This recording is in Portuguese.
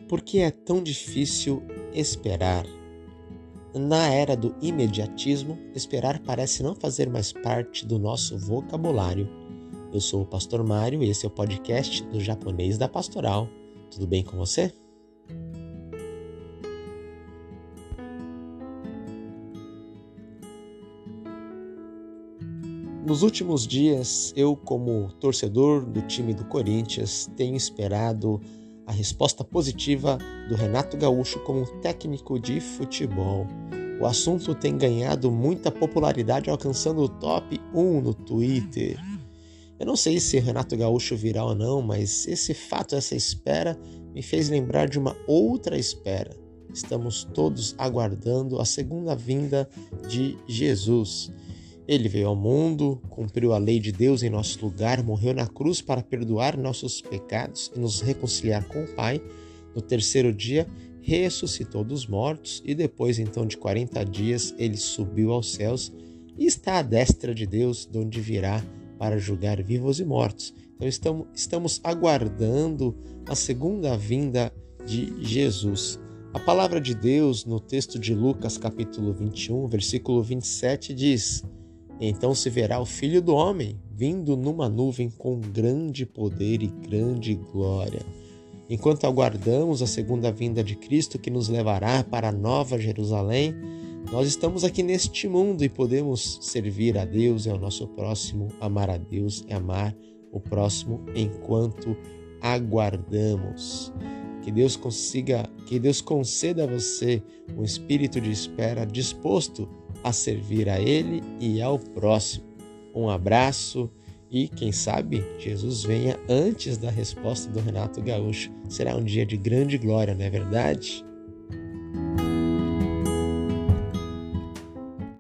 Por que é tão difícil esperar? Na era do imediatismo, esperar parece não fazer mais parte do nosso vocabulário. Eu sou o Pastor Mário e esse é o podcast do Japonês da Pastoral. Tudo bem com você? Nos últimos dias, eu, como torcedor do time do Corinthians, tenho esperado a resposta positiva do Renato Gaúcho como técnico de futebol. O assunto tem ganhado muita popularidade, alcançando o top 1 no Twitter. Eu não sei se Renato Gaúcho virá ou não, mas esse fato, essa espera, me fez lembrar de uma outra espera. Estamos todos aguardando a segunda vinda de Jesus. Ele veio ao mundo, cumpriu a lei de Deus em nosso lugar, morreu na cruz para perdoar nossos pecados e nos reconciliar com o Pai. No terceiro dia, ressuscitou dos mortos e depois então de 40 dias ele subiu aos céus e está à destra de Deus, de onde virá para julgar vivos e mortos. Então estamos aguardando a segunda vinda de Jesus. A palavra de Deus no texto de Lucas capítulo 21, versículo 27 diz: "Então se verá o Filho do Homem vindo numa nuvem com grande poder e grande glória." Enquanto aguardamos a segunda vinda de Cristo que nos levará para a Nova Jerusalém, nós estamos aqui neste mundo e podemos servir a Deus e ao nosso próximo, amar a Deus e amar o próximo enquanto aguardamos. Que Deus conceda a você um espírito de espera disposto a servir a Ele e ao próximo. Um abraço e, quem sabe, Jesus venha antes da resposta do Renato Gaúcho. Será um dia de grande glória, não é verdade?